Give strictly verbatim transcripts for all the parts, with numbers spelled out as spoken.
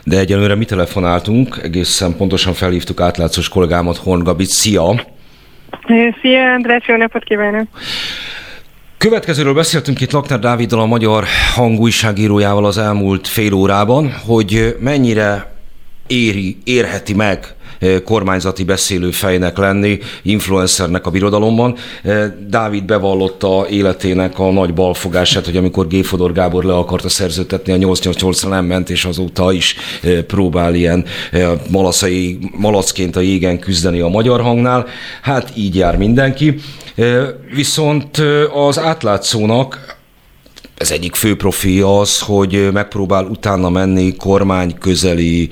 De egyelőre mi telefonáltunk, egészen pontosan felhívtuk átlátszós kollégámat, Horn Gabit. Szia! Szia, András, jó napot kívánok! Következőről beszéltünk itt Lakner Dáviddal, a Magyar Hang újságírójával az elmúlt fél órában, hogy mennyire éri, érheti meg kormányzati beszélőfejnek lenni, influencernek a birodalomban. Dávid bevallotta életének a nagy balfogását, hogy amikor G. Fodor Gábor le akarta szerződtetni a nyolc nyolc nyolcra, nem ment, és azóta is próbál ilyen malaszai, malacként a jégen küzdeni a Magyar Hangnál. Hát így jár mindenki. Viszont az átlátszónak ez egyik fő profilja az, hogy megpróbál utána menni kormányközeli,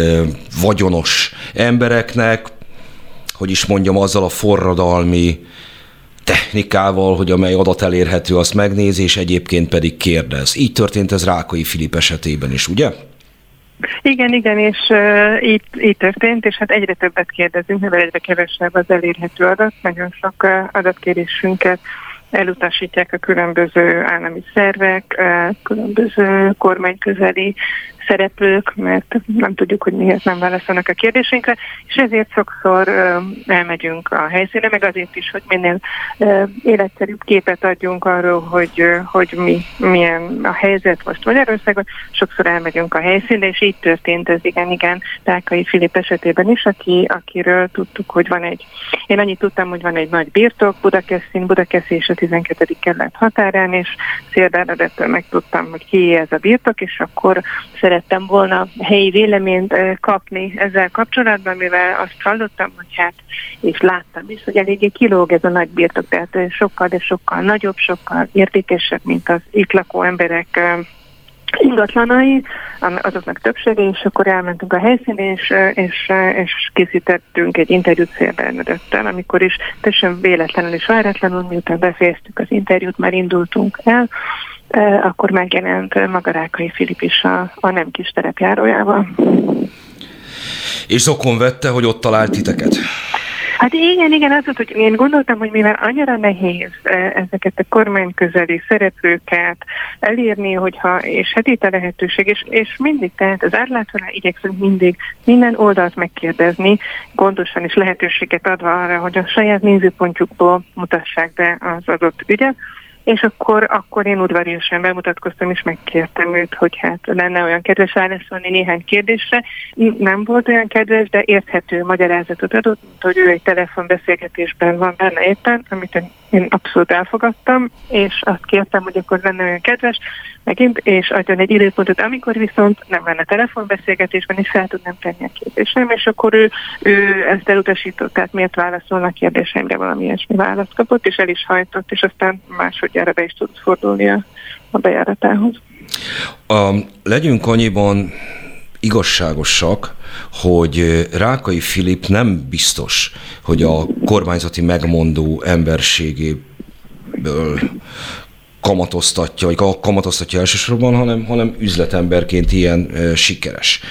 vagyonos embereknek, hogy is mondjam, azzal a forradalmi technikával, hogy amely adat elérhető, azt megnézi, és egyébként pedig kérdez. Így történt ez Rákai Filip esetében is, ugye? Igen, igen, és uh, így, így történt, és hát egyre többet kérdezünk, mivel egyre kevesebb az elérhető adat, nagyon sok uh, adatkérésünket elutasítják a különböző állami szervek, különböző kormányközeli szereplők, mert nem tudjuk, hogy miért nem válaszolnak a kérdésünkre, és ezért sokszor elmegyünk a helyszínre, meg azért is, hogy minél életszerűbb képet adjunk arról, hogy, hogy mi, milyen a helyzet most Magyarországon. Sokszor elmegyünk a helyszínre, és így történt ez igen, igen, Rákai Filip esetében is, aki, akiről tudtuk, hogy van egy, én annyit tudtam, hogy van egy nagy birtok, Budakeszin, Budakeszi és a tizenkettedik kerület határán, és Szél-Bernadettől megtudtam, hogy ki ez a birtok, és akkor szerettem volna helyi véleményt kapni ezzel kapcsolatban, mivel azt hallottam, hogy hát, és láttam is, hogy eléggé kilóg ez a nagy birtok, tehát sokkal, de sokkal nagyobb, sokkal értékesebb, mint az itt lakó emberek ingatlanai, azoknak többsége, és akkor elmentünk a helyszínre, és, és, és készítettünk egy interjút Szél Bernadettel, amikor is teljesen véletlenül és váratlanul, miután befejeztük az interjút, már indultunk el, akkor megjelent maga Rákai Filip is a, a nem kis terepjárójával. És zokon vette, hogy ott talált titeket? Hát igen, igen, az volt, hogy én gondoltam, hogy mivel annyira nehéz ezeket a kormányközeli szereplőket elérni, hogyha, és hát itt a lehetőség, és, és mindig, tehát az átlátszónál igyekszünk mindig minden oldalt megkérdezni, gondosan és lehetőséget adva arra, hogy a saját nézőpontjukból mutassák be az adott ügyet, és akkor, akkor én udvariasan bemutatkoztam, és megkértem őt, hogy hát lenne olyan kedves válaszolni néhány kérdésre. Nem volt olyan kedves, de érthető magyarázatot adott, mint hogy ő egy telefonbeszélgetésben van benne éppen, amit én abszolút elfogadtam, és azt kértem, hogy akkor lenne olyan kedves megint, és adjon egy időpontot, amikor viszont nem lenne telefonbeszélgetésben, és fel tudnám tenni a kérdésem, és akkor ő, ő ezt elutasított, tehát miért válaszolna a kérdéseimre, valami ilyesmi választ kapott, és el is hajtott, és aztán másodjára be is tudott fordulni a, a bejáratához. A, legyünk annyiban igazságosak, hogy Rákai Filip nem biztos, hogy a kormányzati megmondó emberségéből kamatoztatja, vagy kamatoztatja elsősorban, hanem, hanem üzletemberként ilyen e, sikeres.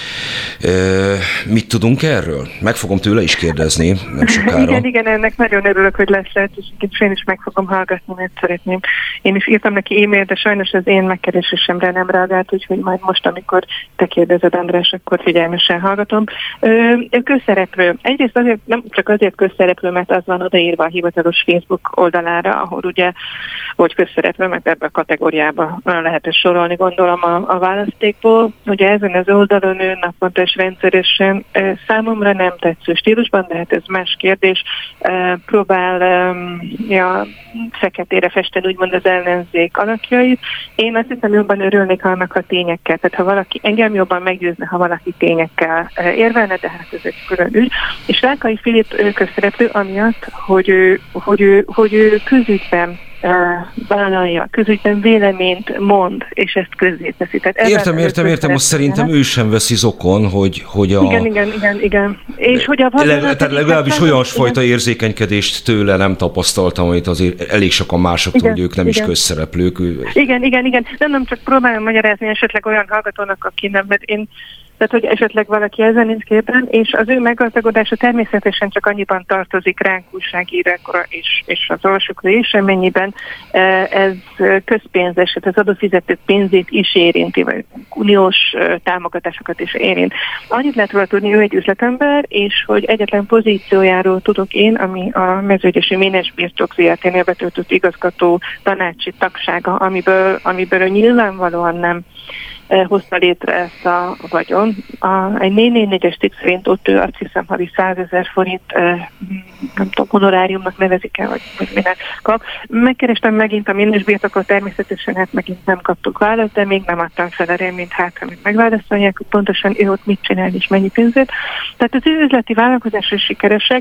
E, mit tudunk erről? Meg fogom tőle is kérdezni, nem sokára. Igen, igen, ennek nagyon örülök, hogy lesz lehetőség, és én is meg fogom hallgatni, mert szeretném. Én is írtam neki e-mail, de sajnos az én megkeresésemre nem reagált, úgyhogy majd most, amikor te kérdezed, András, akkor figyelmesen hallgatom. Ő közszereplő. Egyrészt azért, nem csak azért közszereplő, mert az van odaírva a hivatalos Facebook oldalára, ahol ugye, vagy közszereplő, mert ebbe a kategóriába lehet sorolni, gondolom a, a választékból. Ugye ezen az oldalon ő naponta és rendszeresen számomra nem tetsző stílusban, de hát ez más kérdés, próbál ja, feketére festeni úgymond az ellenzék alakjait. Én azt hiszem, jobban örülnék annak a tényekkel. Tehát ha valaki, engem jobban meggyőzne, ha valaki tényekkel érvelne, de hát ez egy külön ügy. És Rákai Filip közszereplő amiatt, hogy ő, hogy ő, hogy ő közügyben vállalja, közügyben véleményt mond, és ezt közzéteszi. Értem, értem, értem, most szerintem ő sem veszi zokon, hogy, hogy a... Igen, igen, igen, igen. És hogy a Le, tehát legalábbis olyasfajta érzékenykedést tőle nem tapasztaltam, amit azért elég sokan másoktól, hogy ők nem igen. is közszereplők. Igen, igen, igen. Nem, nem csak próbálom magyarázni esetleg olyan hallgatónak, aki nem, mert én Tehát, hogy esetleg valaki ezzel nincs képen, és az ő meggazdagodása természetesen csak annyiban tartozik ránk újságírókra és, és az olvasókra is, amennyiben ez közpénzes, tehát az adófizetők pénzét is érinti, vagy uniós támogatásokat is érint. Annyit lehet róla tudni, ő egy üzletember, és hogy egyetlen pozíciójáról tudok én, ami a Mezőgyesi Ménes Birtok zé er té-nél betöltött igazgató tanácsi tagsága, amiből, amiből nyilvánvalóan nem hozta létre ezt a vagyon. A, egy négy négy négyes cikk szerint ott ő azt hiszem havi százezer forint nem tudom, honoráriumnak nevezik el, vagy, vagy minden kap. Megkerestem megint a minősbirtokról, természetesen hát megint nem kaptuk választ, de még nem adtam fel a reményt, hát amíg megválaszolják, hogy pontosan ő ott mit csinál és mennyi pénzét. Tehát az ő üzleti vállalkozásra sikeresek.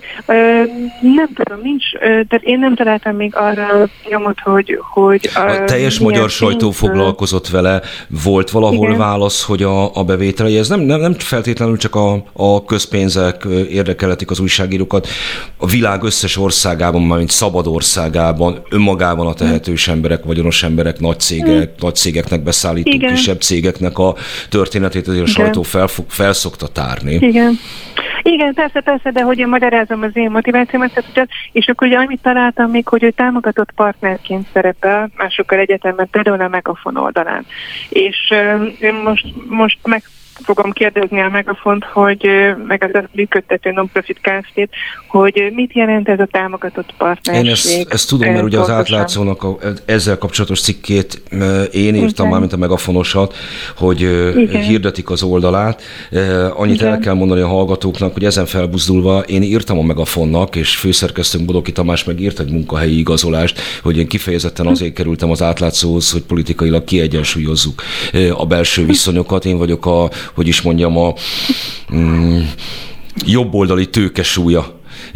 Nem tudom, nincs, de én nem találtam még arra nyomot, hogy... hogy a, a teljes magyar sajtó foglalkozott vele, volt valahol Igen. válasz, hogy a, a bevételei, ez nem, nem, nem feltétlenül csak a, a közpénzek érdekelhetik az újságírókat, a világ összes országában, mármint szabad országában, önmagában a tehetős emberek, vagyonos emberek, nagy cégek, mm. nagy cégeknek beszállító, Igen. kisebb cégeknek a történetét azért a sajtó fel, fel szokta tárni. Igen. Igen, persze, persze, de hogy én magyarázom az én motivációmat, és akkor ugye amit találtam még, hogy ő támogatott partnerként szerepel másokkal egyetemben, például a Megafon oldalán. És uh, én most, most meg fogom kérdezni a Megafont, hogy meg az a működtető non-profit Kft-t, hogy mit jelent ez a támogatott partnerség. Én ezt, ezt tudom, mert ugye az Átlátszónak a, ezzel kapcsolatos cikkét én írtam már, mint a Megafonosat, hogy Igen. hirdetik az oldalát. Annyit Igen. el kell mondani a hallgatóknak, hogy ezen felbuzdulva én írtam a Megafonnak, és főszerkesztőnk Bodoki Tamás meg írt egy munkahelyi igazolást, hogy én kifejezetten azért kerültem az Átlátszóhoz, hogy politikailag kiegyensúlyozzuk a belső viszonyokat. Én vagyok a hogy is mondjam, a mm, jobboldali tőkesúlya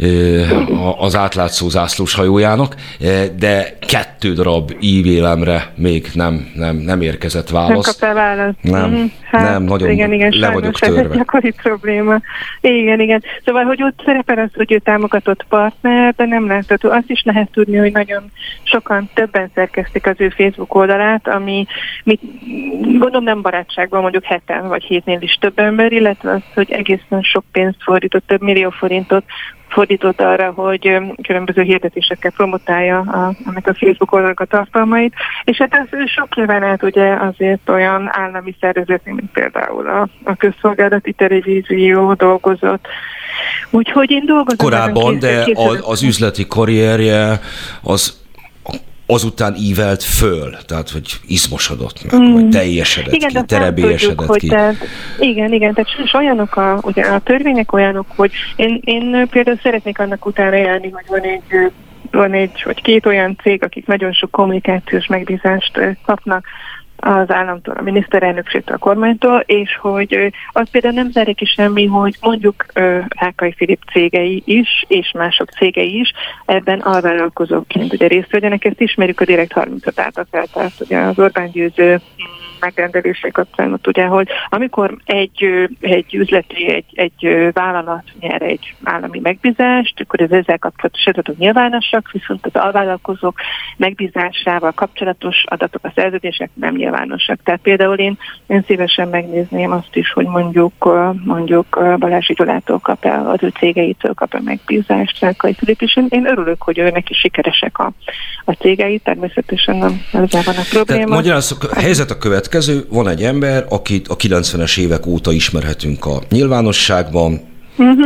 az Átlátszó zászlós hajójának, de kettő darab e-mailemre még nem, nem, nem érkezett válasz. Nem kaptál választ. Nem, hát, nem, nagyon igen, igen, le vagyok törve. Ez egy gyakori probléma. Igen, igen. Szóval, hogy ott szerepel az, hogy ő támogatott partner, de nem látható. Azt is lehet tudni, hogy nagyon sokan többen szerkesztik az ő Facebook oldalát, ami mit, gondolom nem barátságban, mondjuk heten vagy hétnél is több ember, illetve az, hogy egészen sok pénzt fordított, több millió forintot fordított arra, hogy különböző hirdetésekkel promotálja a, ennek a Facebook oldalnak a tartalmait, és hát az ő sok éven át ugye azért olyan állami szervezetnél, mint például a, a közszolgálati televízió dolgozott. Úgyhogy én dolgozom. Korábban, de az, az üzleti karrierje az azután ívelt föl, tehát hogy izmosodott meg, mm. vagy teljesedett igen, ki, terebélyesedett tudjuk, ki. Tehát, igen, igen, tehát sajnos olyanok a, ugye a törvények olyanok, hogy én, én például szeretnék annak utána járni, hogy van egy, van egy vagy két olyan cég, akik nagyon sok kommunikációs megbízást kapnak az államtól, a miniszterelnökségtől, a kormánytól, és hogy az például nem zárja ki semmi, hogy mondjuk Hákai Filip cégei is, és mások cégei is ebben alvállalkozóként ugye részt vegyenek, ezt ismerjük a Direkt harmincot álltak el, tehát ugye az Orbán Győző megrendelésé kapcsán, ott ugye, hogy amikor egy, egy üzleti, egy, egy vállalat nyer egy állami megbízást, akkor ez ezzel kapcsolatos adatok nyilvánosak, viszont az alvállalkozók megbízásával kapcsolatos adatok, a szerződések nem nyilvánosak. Tehát például én, én szívesen megnézném azt is, hogy mondjuk, mondjuk Balázs Gyulától kap el, az ő cégeitől kap el megbízást, Hákai Filip, és én örülök, hogy ő neki sikeresek a, a cégei, természetesen nem ezzel van a probléma. Tehát magyarázzuk, a helyzet a következő. Van egy ember, akit a kilencvenes évek óta ismerhetünk a nyilvánosságban, uh-huh.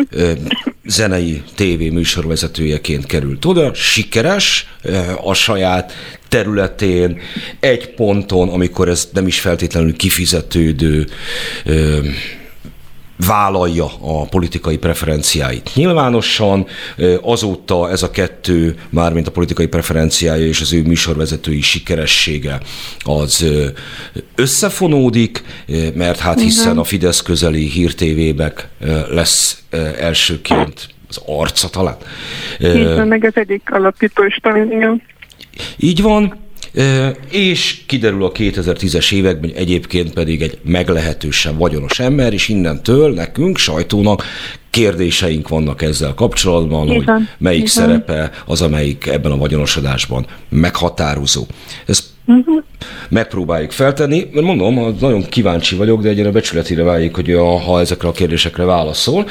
zenei tévé műsorvezetőjeként került oda, sikeres a saját területén, egy ponton, amikor ez nem is feltétlenül kifizetődő, vállalja a politikai preferenciáit nyilvánosan, azóta ez a kettő, mármint a politikai preferenciája és az ő műsorvezetői sikeressége az összefonódik, mert hát hiszen a Fidesz közeli hírtévének lesz elsőként az arca talán. Így van, meg az egyik alapító is talán. Így van. És kiderül a kétezer-tízes években, egyébként pedig egy meglehetősen vagyonos ember, és innentől nekünk, sajtónak kérdéseink vannak ezzel kapcsolatban, Igen. hogy melyik Igen. szerepe az, amelyik ebben a vagyonosodásban meghatározó. Ez Uh-huh. Megpróbáljuk feltenni, mert mondom, nagyon kíváncsi vagyok, de egyre becsületére váljék, hogy a, ha ezekre a kérdésekre válaszol,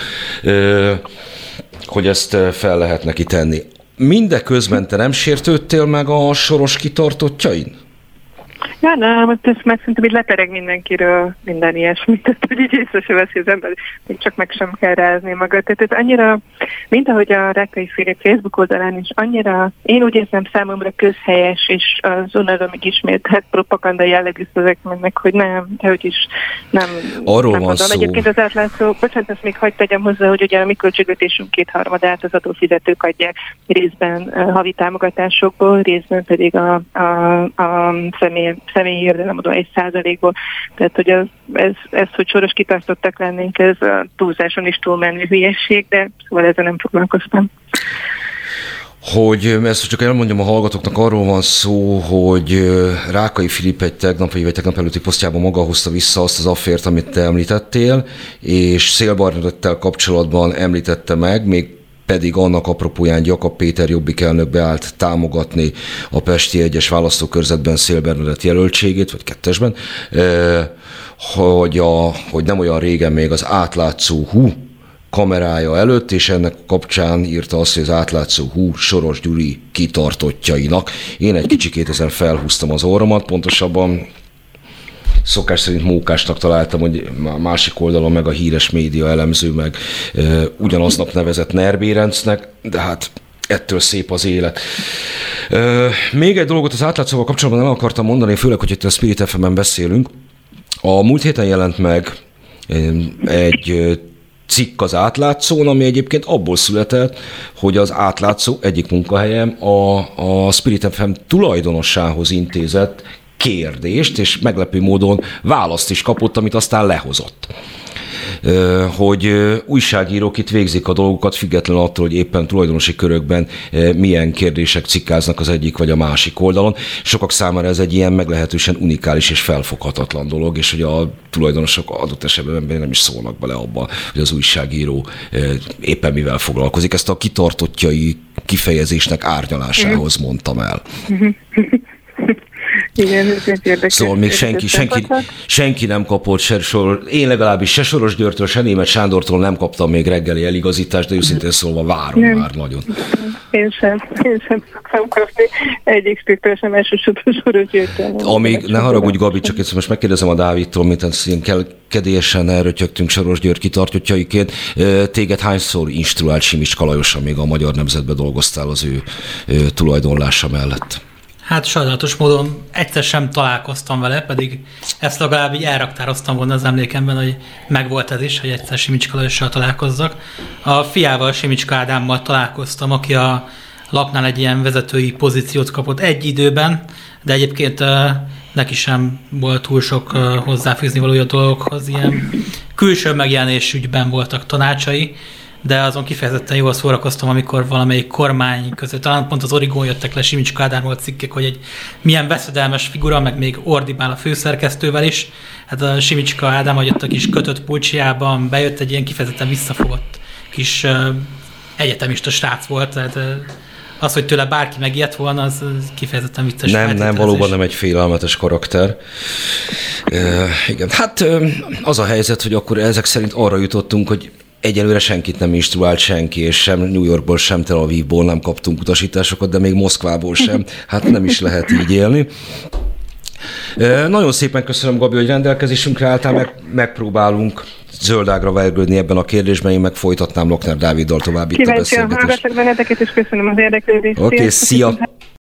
hogy ezt fel lehet neki tenni. Mindeközben te nem sértődtél meg a Soros kitartottjain? Ja, nem, hát ez meg szerintem így lepereg mindenkiről minden ilyesmit, tehát hogy így észre se veszi az ember, még csak meg sem kell rázni magad. Tehát ez annyira, mint ahogy a Rákai Filip Facebook oldalán is, annyira, én úgy érzem számomra közhelyes, és az unalomig ismételt propaganda jellegű szöveg mennek, hogy nem, de hogy is nem. Arról nem van mondom. szó. Egyébként az átlátszó, bocsánat, ezt még hagyd tegyem hozzá, hogy ugye a mi költségvetésünk kétharmadát az adófizetők adják, részben havi támogatásokból, részben pedig a, a, a személy személyi jövedelemadó egy százalékból. Tehát, hogy az, ez, ez, hogy soros kitartottak lennénk, ez a túlzáson is túlmenő hülyesség, de szóval ezzel nem foglalkoztam. Hogy ezt csak elmondjam a hallgatóknak, arról van szó, hogy Rákai Filip egy tegnapi vagy tegnap előtti posztjában maga hozta vissza azt az affért, amit te említettél, és Széll Bernadettel kapcsolatban említette meg, még pedig annak apropóján Jakab Péter Jobbik elnök beállt támogatni a pesti egyes választókörzetben Széll Bernadett jelöltségét, vagy kettesben, hogy, a, hogy nem olyan régen még az átlátszó hú kamerája előtt, és ennek kapcsán írta azt, hogy az átlátszó hú Soros Gyuri kitartottjainak. Én egy kicsikét ezen felhúztam az orromat, pontosabban szokás szerint mókásnak találtam, hogy a másik oldalon meg a híres média elemző meg e, ugyanaznap nevezett Nerbérencnek, de hát ettől szép az élet. E, még egy dolgot az átlátszóval kapcsolatban nem akartam mondani, főleg, hogy itt a Spirit ef em-en beszélünk. A múlt héten jelent meg egy cikk az átlátszón, ami egyébként abból született, hogy az átlátszó egyik munkahelyem a, a Spirit ef em tulajdonossához intézett kérdést, és meglepő módon választ is kapott, amit aztán lehozott. Hogy újságírók itt végzik a dolgokat, függetlenül attól, hogy éppen tulajdonosi körökben milyen kérdések cikkáznak az egyik vagy a másik oldalon. Sokak számára ez egy ilyen meglehetősen unikális és felfoghatatlan dolog, és hogy a tulajdonosok adott esetben nem is szólnak bele abba, hogy az újságíró éppen mivel foglalkozik. Ezt a kitartottjai kifejezésnek árnyalásához mondtam el. Igen, ez érdekes. Szóval még senki, senki, senki nem kapott se sor, én legalábbis se Soros Györgytől, se Németh Sándortól nem kaptam még reggeli eligazítást, de őszintén szólva várom nem. már nagyon. Én sem, én sem szoktam kapni egyik stüktől sem, elsősorban Soros Györgytől. Amíg, ne haragudj Gabi, csak egyszer most megkérdezem a Dávidtól, mint ezt ilyen kell, kedélyesen elrötyögtünk Soros György kitartottjaiként. Téged hányszor instruált Simicska Lajosan, még a Magyar Nemzetben dolgoztál az ő, ő tulajdonlása mellett? Hát sajnálatos módon egyszer sem találkoztam vele, pedig ezt legalább így elraktároztam volna az emlékemben, hogy megvolt ez is, hogy egyszer Simicska Lajossal találkozzak. A fiával, Simicska Ádámmal találkoztam, aki a lapnál egy ilyen vezetői pozíciót kapott egy időben, de egyébként neki sem volt túl sok hozzáfűzni valója dolgokhoz, ilyen külső megjelenés ügyben voltak tanácsai, de azon kifejezetten jól szórakoztam, amikor valamelyik kormány között, talán pont az Origón jöttek le Simicska Ádámról cikkek, hogy egy milyen veszedelmes figura, meg még ordibál a főszerkesztővel is. Hát a Simicska Ádám, hogy ott a kis kötött pulcsiában bejött, egy ilyen kifejezetten visszafogott kis uh, egyetemista srác volt, tehát uh, az, hogy tőle bárki megijedt volna, az kifejezetten vicces. Nem, nem, valóban nem egy félelmetes karakter. Uh, igen, hát uh, az a helyzet, hogy akkor ezek szerint arra jutottunk, hogy egyelőre senkit nem instruált senki, és sem New Yorkból, sem Tel Avivból nem kaptunk utasításokat, de még Moszkvából sem. Hát nem is lehet így élni. E, nagyon szépen köszönöm, Gabi, hogy rendelkezésünkre álltál, meg, megpróbálunk zöldágra vergődni ebben a kérdésben, én meg folytatnám Lokner Dáviddal tovább itt a beszélgetést. Kíváncsi a hallgatok benneteket, és köszönöm az érdeklődést. Oké, okay, szia!